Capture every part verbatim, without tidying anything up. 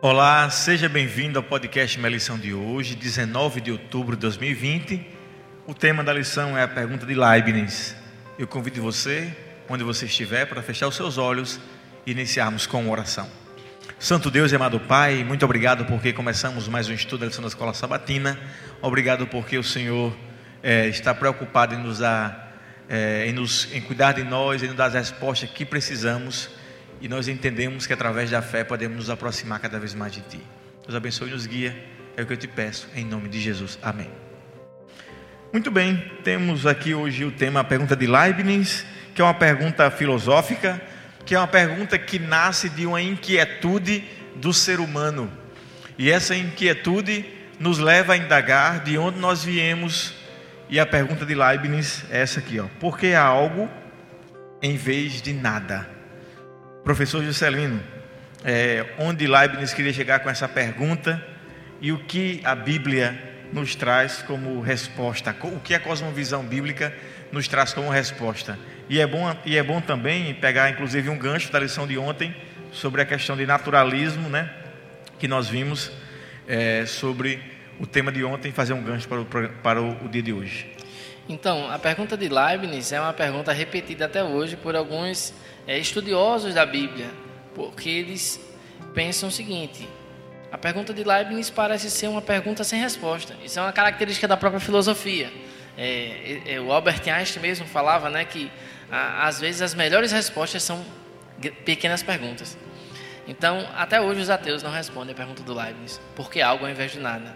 Olá, seja bem-vindo ao podcast Minha Lição de hoje, dezenove de outubro de dois mil e vinte. O tema da lição é a pergunta de Leibniz. Eu convido você, onde você estiver, para fechar os seus olhos e iniciarmos com uma oração. Santo Deus e amado Pai, muito obrigado porque começamos mais um estudo da lição da Escola Sabatina. Obrigado porque o Senhor é, está preocupado em nos dar, é, em, nos, em cuidar de nós, em nos dar as respostas que precisamos. E nós entendemos que através da fé podemos nos aproximar cada vez mais de Ti. Deus abençoe e nos guia, é o que eu te peço, em nome de Jesus, amém. Muito bem, temos aqui hoje o tema, a pergunta de Leibniz, que é uma pergunta filosófica, que é uma pergunta que nasce de uma inquietude do ser humano. E essa inquietude nos leva a indagar de onde nós viemos. E a pergunta de Leibniz é essa aqui, ó: por que há algo em vez de nada? Professor Juscelino, é, onde Leibniz queria chegar com essa pergunta e o que a Bíblia nos traz como resposta, o que a cosmovisão bíblica nos traz como resposta. E é bom, e é bom também pegar inclusive um gancho da lição de ontem sobre a questão de naturalismo, né, que nós vimos é, sobre o tema de ontem, fazer um gancho para o, para o, o dia de hoje. Então, a pergunta de Leibniz é uma pergunta repetida até hoje por alguns é, estudiosos da Bíblia, porque eles pensam o seguinte: a pergunta de Leibniz parece ser uma pergunta sem resposta. Isso é uma característica da própria filosofia. É, é, o Albert Einstein mesmo falava, né, que a, às vezes as melhores respostas são pequenas perguntas. Então, até hoje os ateus não respondem a pergunta do Leibniz: por que algo ao invés de nada?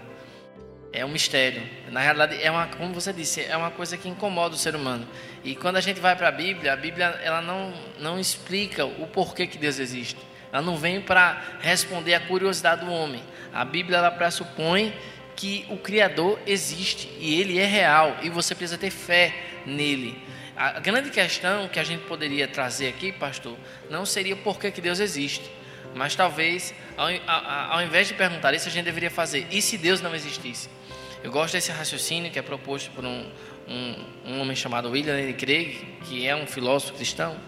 É um mistério. Na realidade, é uma, como você disse, é uma coisa que incomoda o ser humano. E quando a gente vai para a Bíblia, a Bíblia ela não, não explica o porquê que Deus existe. Ela não vem para responder à curiosidade do homem. A Bíblia ela pressupõe que o Criador existe e Ele é real e você precisa ter fé nele. A grande questão que a gente poderia trazer aqui, pastor, não seria o porquê que Deus existe, mas talvez, ao, ao, ao invés de perguntar isso, a gente deveria fazer: e se Deus não existisse? Eu gosto desse raciocínio que é proposto por um, um, um homem chamado William Lane Craig, que é um filósofo cristão,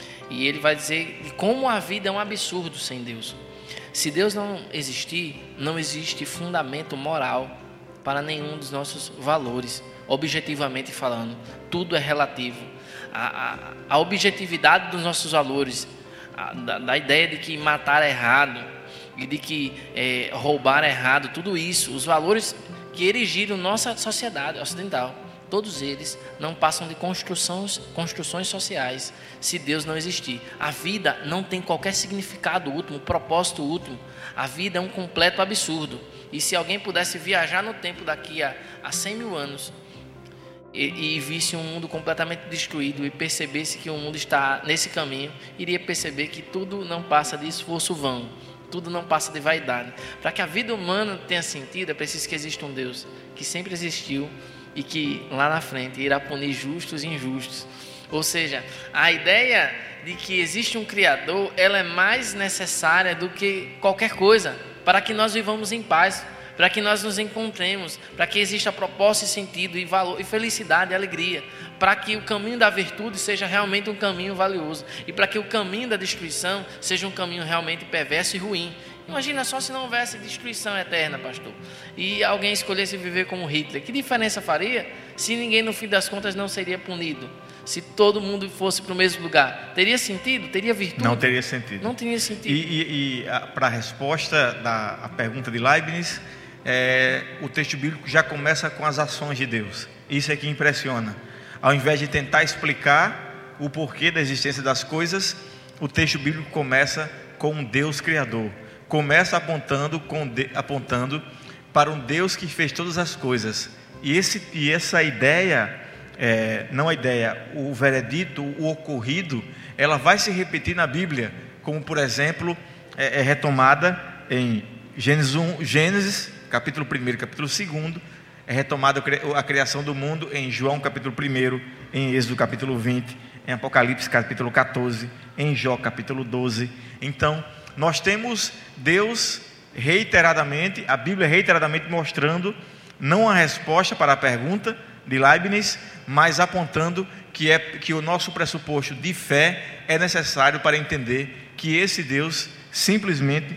e ele vai dizer que como a vida é um absurdo sem Deus. Se Deus não existir, não existe fundamento moral para nenhum dos nossos valores, objetivamente falando. Tudo é relativo. A, a, a objetividade dos nossos valores, a, da, da ideia de que matar é errado e de que é, roubar é errado, tudo isso, os valores que erigiram nossa sociedade ocidental, todos eles não passam de construções, construções sociais se Deus não existir. A vida não tem qualquer significado último, propósito último. A vida é um completo absurdo. E se alguém pudesse viajar no tempo daqui a, a cem mil anos e, e visse um mundo completamente destruído e percebesse que o mundo está nesse caminho, iria perceber que tudo não passa de esforço vão. Tudo não passa de vaidade. Para que a vida humana tenha sentido, é preciso que exista um Deus que sempre existiu e que lá na frente irá punir justos e injustos. Ou seja, a ideia de que existe um Criador, ela é mais necessária do que qualquer coisa para que nós vivamos em paz, para que nós nos encontremos, para que exista propósito e sentido e valor e felicidade e alegria, para que o caminho da virtude seja realmente um caminho valioso e para que o caminho da destruição seja um caminho realmente perverso e ruim. Imagina só se não houvesse destruição eterna, pastor, e alguém escolhesse viver como Hitler. Que diferença faria se ninguém no fim das contas não seria punido? Se todo mundo fosse para o mesmo lugar, teria sentido? Teria virtude? Não teria sentido. Não teria sentido. E, e, e para a resposta da a pergunta de Leibniz, é, o texto bíblico já começa com as ações de Deus. Isso é que impressiona. Ao invés de tentar explicar o porquê da existência das coisas, o texto bíblico começa com um Deus criador. Começa apontando, com de, apontando para um Deus que fez todas as coisas. E, esse, e essa ideia, é, não a ideia, o veredito, o ocorrido, ela vai se repetir na Bíblia, como por exemplo, é, é retomada em Gênesis um, Gênesis, capítulo um, capítulo dois, é retomada a criação do mundo em João capítulo um, em Êxodo capítulo vinte, em Apocalipse capítulo quatorze, em Jó capítulo doze. Então, nós temos Deus reiteradamente, a Bíblia reiteradamente mostrando, não a resposta para a pergunta de Leibniz, mas apontando que, é, que o nosso pressuposto de fé é necessário para entender que esse Deus simplesmente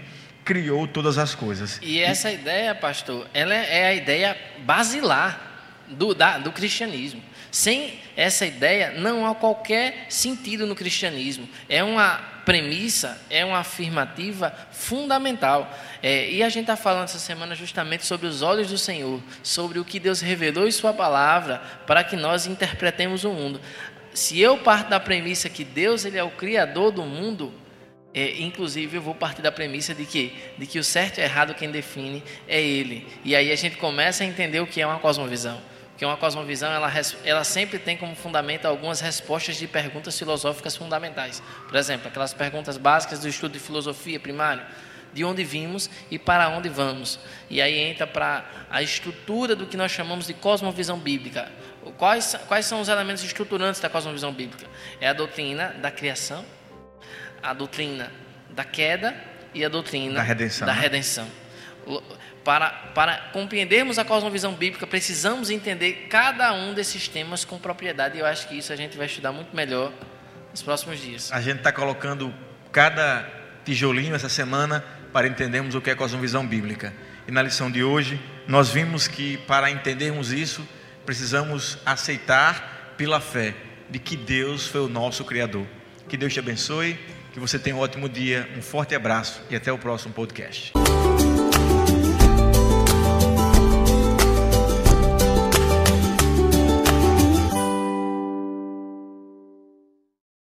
criou todas as coisas. E essa e... ideia, pastor, ela é a ideia basilar do, da, do cristianismo. Sem essa ideia, não há qualquer sentido no cristianismo. É uma premissa, é uma afirmativa fundamental. É, e a gente está falando essa semana justamente sobre os olhos do Senhor, sobre o que Deus revelou em sua palavra para que nós interpretemos o mundo. Se eu parto da premissa que Deus ele é o criador do mundo, é, inclusive eu vou partir da premissa de que, de que o certo e errado quem define é Ele. E aí a gente começa a entender o que é uma cosmovisão. Porque uma cosmovisão, ela, ela sempre tem como fundamento algumas respostas de perguntas filosóficas fundamentais. Por exemplo, aquelas perguntas básicas do estudo de filosofia primário. De onde vimos e para onde vamos. E aí entra para a estrutura do que nós chamamos de cosmovisão bíblica. Quais, quais são os elementos estruturantes da cosmovisão bíblica? É a doutrina da criação, a doutrina da queda e a doutrina da redenção. Da redenção. Para, para compreendermos a cosmovisão bíblica, precisamos entender cada um desses temas com propriedade. E eu acho que isso a gente vai estudar muito melhor nos próximos dias. A gente está colocando cada tijolinho essa semana para entendermos o que é cosmovisão bíblica. E na lição de hoje, nós vimos que para entendermos isso, precisamos aceitar pela fé de que Deus foi o nosso Criador. Que Deus te abençoe, que você tenha um ótimo dia, um forte abraço e até o próximo podcast.